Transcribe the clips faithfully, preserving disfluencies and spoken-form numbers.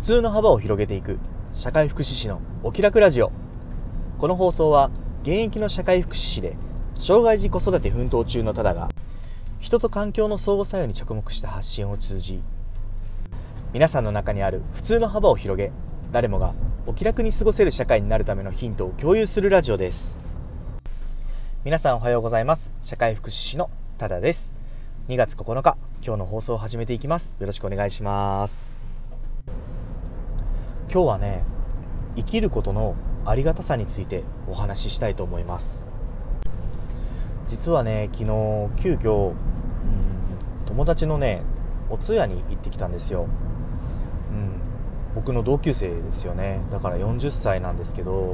通の幅を広げていく社会福祉士のお気楽ラジオ。この放送は現役の社会福祉士で障害児子育て奮闘中のタダが人と環境の相互作用に着目した発信を通じ、皆さんの中にある普通の幅を広げ、誰もがお気楽に過ごせる社会になるためのヒントを共有するラジオです。皆さんおはようございます。社会福祉士のタダです。にがつここのか、今日の放送を始めていきます。よろしくお願いします。今日はね、生きることのありがたさについてお話ししたいと思います。実はね、昨日急遽、うん、友達のねお通夜に行ってきたんですよ。うん、僕の同級生ですよね。だからよんじゅっさいなんですけど、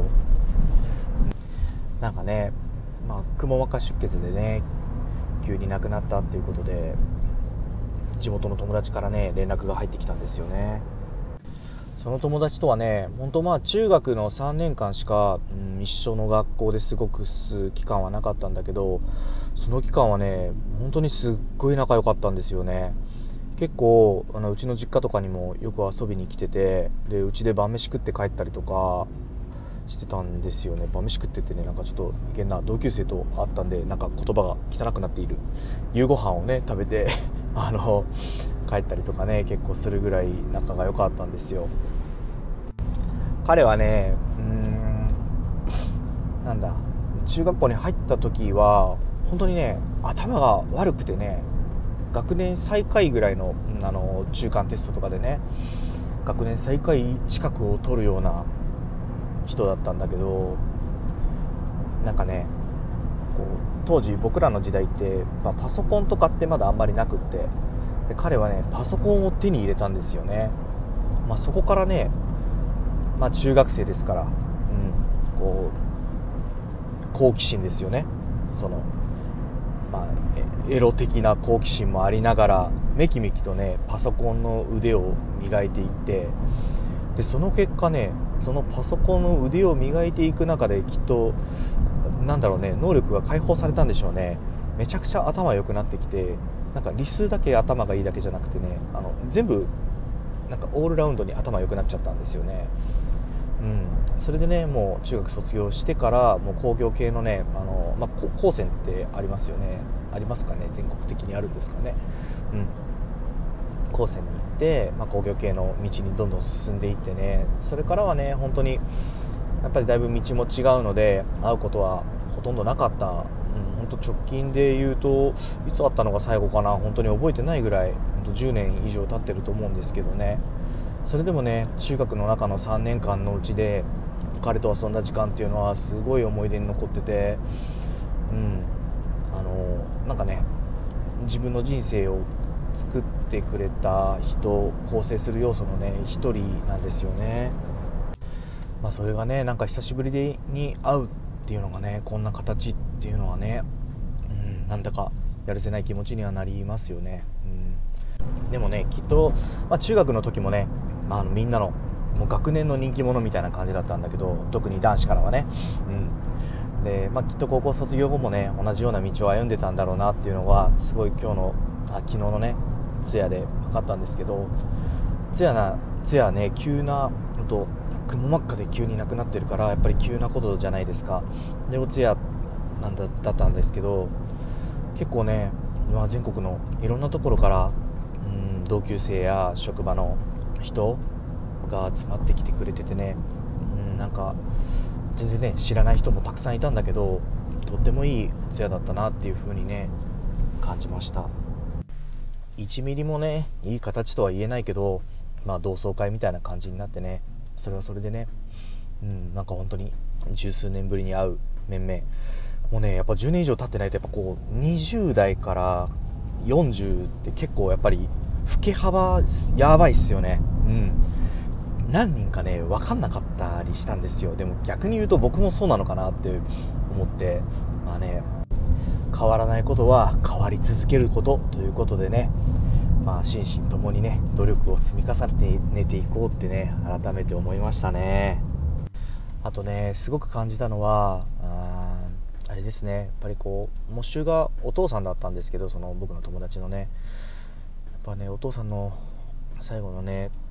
なんかね、まあ、くも膜下出血でね急に亡くなったっていうことで、地元の友達からね連絡が入ってきたんですよね。その友達とはね、本当まあ中学のさんねんかんしか、うん、一緒の学校で過ごす期間はなかったんだけど、その期間はね本当にすっごい仲良かったんですよね。結構あのうちの実家とかにもよく遊びに来てて、でうちで晩飯食って帰ったりとかしてたんですよね。晩飯食っててね、なんかちょっといけんな、同級生と会ったんでなんか言葉が汚くなっている。夕ご飯をね食べてあの帰ったりとかね結構するぐらい仲が良かったんですよ。彼はね、うーんなんだ中学校に入った時は本当にね頭が悪くてね、学年最下位ぐらいの、あの中間テストとかでね学年最下位近くを取るような人だったんだけど、なんかねこう当時僕らの時代って、まあ、パソコンとかってまだあんまりなくって、で彼はねパソコンを手に入れたんですよね。まあ、そこからね、まあ、中学生ですから、うん、こう好奇心ですよね。その、まあ、エロ的な好奇心もありながらめきめきとねパソコンの腕を磨いていって、でその結果ね、そのパソコンの腕を磨いていく中できっとなんだろうね、能力が解放されたんでしょうね。めちゃくちゃ頭良くなってきて、なんか理数だけ頭がいいだけじゃなくてね、あの全部なんかオールラウンドに頭良くなっちゃったんですよね。うん、それでねもう中学卒業してからもう工業系のね、あの、まあ、高専ってありますよね。ありますかね、全国的にあるんですかね。うん、高専に行って、まあ、工業系の道にどんどん進んでいってね、それからはね本当にやっぱりだいぶ道も違うので会うことはほとんどなかった。うん、本当直近で言うといつ会ったのが最後かな、本当に覚えてないぐらい、本当じゅうねん以上経ってると思うんですけどね。それでもね中学の中のさんねんかんのうちで彼と遊んだ時間っていうのはすごい思い出に残ってて、うん、あのなんかね自分の人生を作ってくれた人、構成する要素のね一人なんですよね。まあ、それがねなんか久しぶりに会うっていうのがね、こんな形っていうのはね、うん、なんだかやるせない気持ちにはなりますよね。うん、でもねきっと、まあ、中学の時もね、まあ、あのみんなのもう学年の人気者みたいな感じだったんだけど、特に男子からはね、うん、で、まあ、きっと高校卒業後もね同じような道を歩んでたんだろうなっていうのはすごい今日のあ昨日のね通夜で分かったんですけど、通夜な通夜ね急なとくも膜下で急に亡くなってるから、やっぱり急なことじゃないですか。でお通夜なんだ、だったんですけど、結構ね、まあ、全国のいろんなところから、うん、同級生や職場の人が集まってきてくれててね、うん、なんか全然ね知らない人もたくさんいたんだけど、とってもいい通夜だったなっていう風にね感じました。いちミリもねいい形とは言えないけど、まあ同窓会みたいな感じになってね、それはそれでね、うん、なんか本当に十数年ぶりに会う面々もうね、やっぱじゅうねん以上経ってないと、やっぱこうにじゅう代からよんじゅうって結構やっぱり老け幅やばいっすよね。うん、何人かね分かんなかったりしたんですよ。でも逆に言うと僕もそうなのかなって思って、まあね、変わらないことは変わり続けることということでね、まあ心身ともにね努力を積み重ねていこうってね改めて思いましたね。あとねすごく感じたのはああれですね、やっぱりこう喪主がお父さんだったんですけど、その僕の友達のね、やっぱねお父さんの最後のね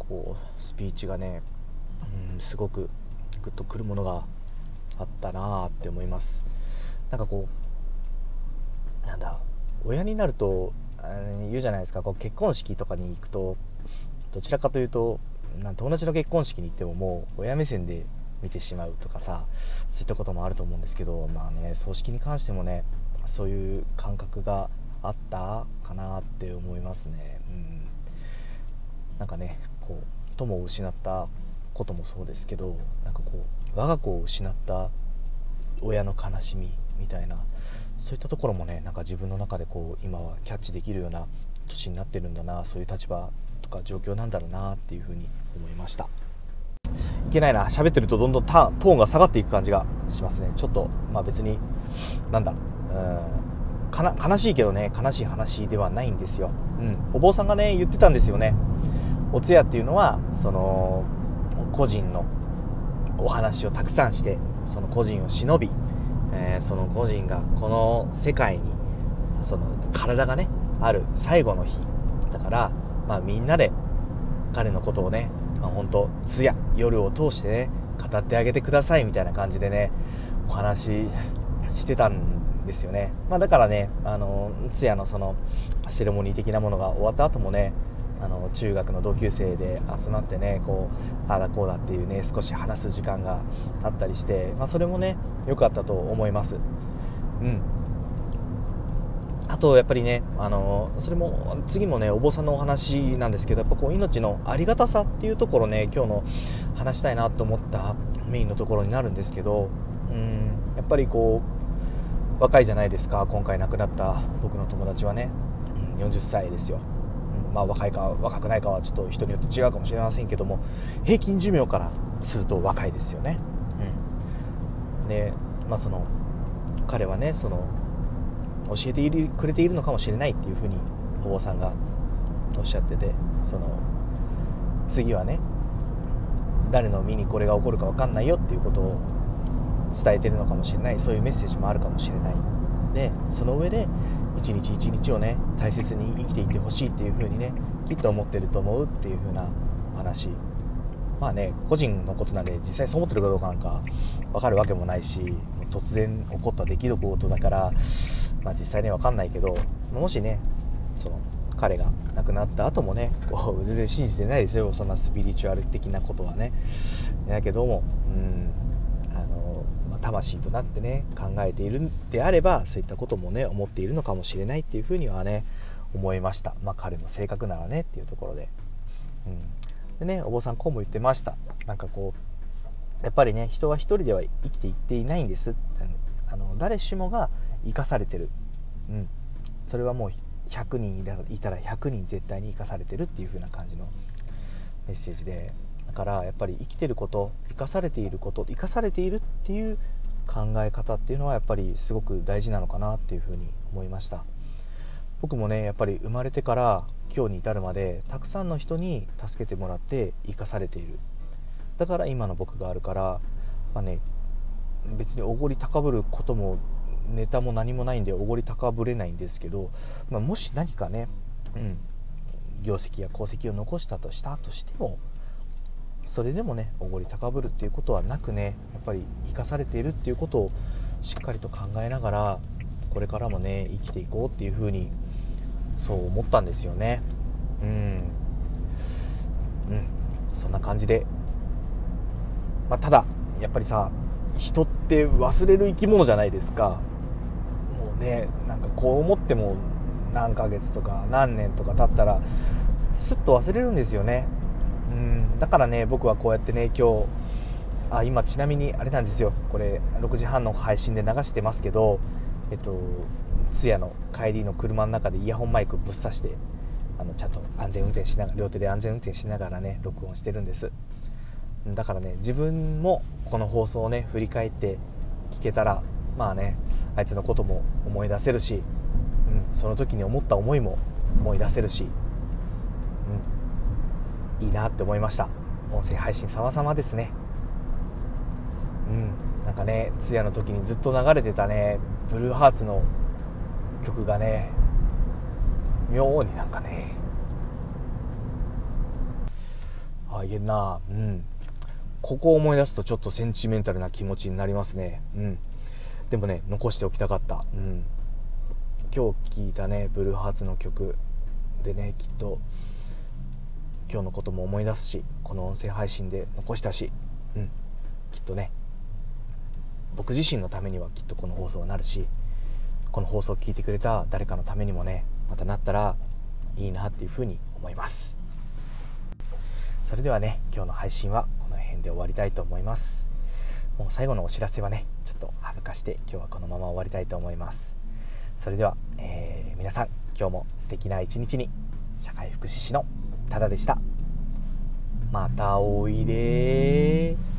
こうスピーチがね、うん、すごくグッとくるものがあったなって思います。なんかこうなんだ親になると言うじゃないですか、こう結婚式とかに行くとどちらかというとなん友達の結婚式に行ってももう親目線で見てしまうとかさ、そういったこともあると思うんですけど、まあね、葬式に関してもねそういう感覚があったかなって思いますね。うん、なんかねこう友を失ったこともそうですけど、なんかこう我が子を失った親の悲しみみたいな、そういったところもねなんか自分の中でこう今はキャッチできるような年になってるんだな、そういう立場とか状況なんだろうなっていうふうに思いました。いけないな、喋ってるとどんどんタトーンが下がっていく感じがしますね。ちょっとまあ別になんだうんかな悲しいけどね、悲しい話ではないんですよ。うん、お坊さんがね言ってたんですよね。お通夜っていうのはその個人のお話をたくさんして、その個人を忍び、えー、その個人がこの世界にその体がねある最後の日だから、まあ、みんなで彼のことをね、まあ、本当通夜夜を通してね語ってあげてくださいみたいな感じでねお話ししてたんですよね。まあ、だからねあの通夜のそのセレモニー的なものが終わった後もね、あの中学の同級生で集まってねこうああだこうだっていうね少し話す時間があったりして、まあ、それもね良かったと思います。うん。あとやっぱりねあのそれも次もねお坊さんのお話なんですけど、やっぱこう命のありがたさっていうところね今日の話したいなと思ったメインのところになるんですけど、うんやっぱりこう若いじゃないですか。今回亡くなった僕の友達はね、うん、よんじゅっさいですよ。まあ、若いか若くないかはちょっと人によって違うかもしれませんけども、平均寿命からすると若いですよね。うん、で、まあ、その彼はねその教えてくれているのかもしれないっていうふうにお坊さんがおっしゃってて、その次はね誰の身にこれが起こるか分かんないよっていうことを伝えてるのかもしれない、そういうメッセージもあるかもしれない。でその上で一日一日をね大切に生きていってほしいっていう風にねきっと思ってると思うっていう風なお話。まあね個人のことなんで実際そう思ってるかどうかなんか分かるわけもないし、突然起こった出来事だから、まあ、実際ね分かんないけど、もしねその彼が亡くなった後もねこう全然信じてないですよ、そんなスピリチュアル的なことはね。だけどもうん魂となってね考えているんであれば、そういったこともね思っているのかもしれないっていうふうにはね思いました。まあ彼の性格ならねっていうところで、うん、でねお坊さんこうも言ってました。なんかこうやっぱりね人は一人では生きていっていないんです。あの誰しもが生かされてる、うん、それはもうひゃくにんいたらひゃくにん絶対に生かされてるっていう風な感じのメッセージで、だからやっぱり生きてること、生かされていること、生かされているっていう考え方っていうのはやっぱりすごく大事なのかなっていうふうに思いました。僕もねやっぱり生まれてから今日に至るまでたくさんの人に助けてもらって生かされている。だから今の僕があるから、まあね、別におごり高ぶることもネタも何もないんでおごり高ぶれないんですけど、まあ、もし何かね、うん、業績や功績を残したとしたとしても、それでもねおごり高ぶるっていうことはなくね、やっぱり生かされているっていうことをしっかりと考えながらこれからもね生きていこうっていうふうにそう思ったんですよね。うん、うん、そんな感じで、まあ、ただやっぱりさ人って忘れる生き物じゃないですか。もうねなんかこう思っても何ヶ月とか何年とか経ったらすっと忘れるんですよね。うん、だからね僕はこうやってね今日あ今ちなみにあれなんですよ、これろくじはんの配信で流してますけど、えっと通夜の帰りの車の中でイヤホンマイクぶっ刺してあのちゃんと安全運転しながら両手で安全運転しながらね録音してるんです。だからね自分もこの放送をね振り返って聞けたらまあねあいつのことも思い出せるし、うん、その時に思った思いも思い出せるし、うん、いいなって思いました。音声配信様々ですね。うん、なんかね通夜の時にずっと流れてたねブルーハーツの曲がね妙になんかねあ、言えんな。うん。ここを思い出すとちょっとセンチメンタルな気持ちになりますね。うん。でもね、残しておきたかった。うん。今日聴いたね、ブルーハーツの曲でね、きっと今日のことも思い出すし、この音声配信で残したし、うん。きっとね、僕自身のためにはきっとこの放送はなるし、この放送を聞いてくれた誰かのためにもね、またなったらいいなっていうふうに思います。それではね、今日の配信はこの辺で終わりたいと思います。もう最後のお知らせはね、ちょっと省かして今日はこのまま終わりたいと思います。それでは、えー、皆さん今日も素敵な一日に。社会福祉士のタダでした。またおいでー。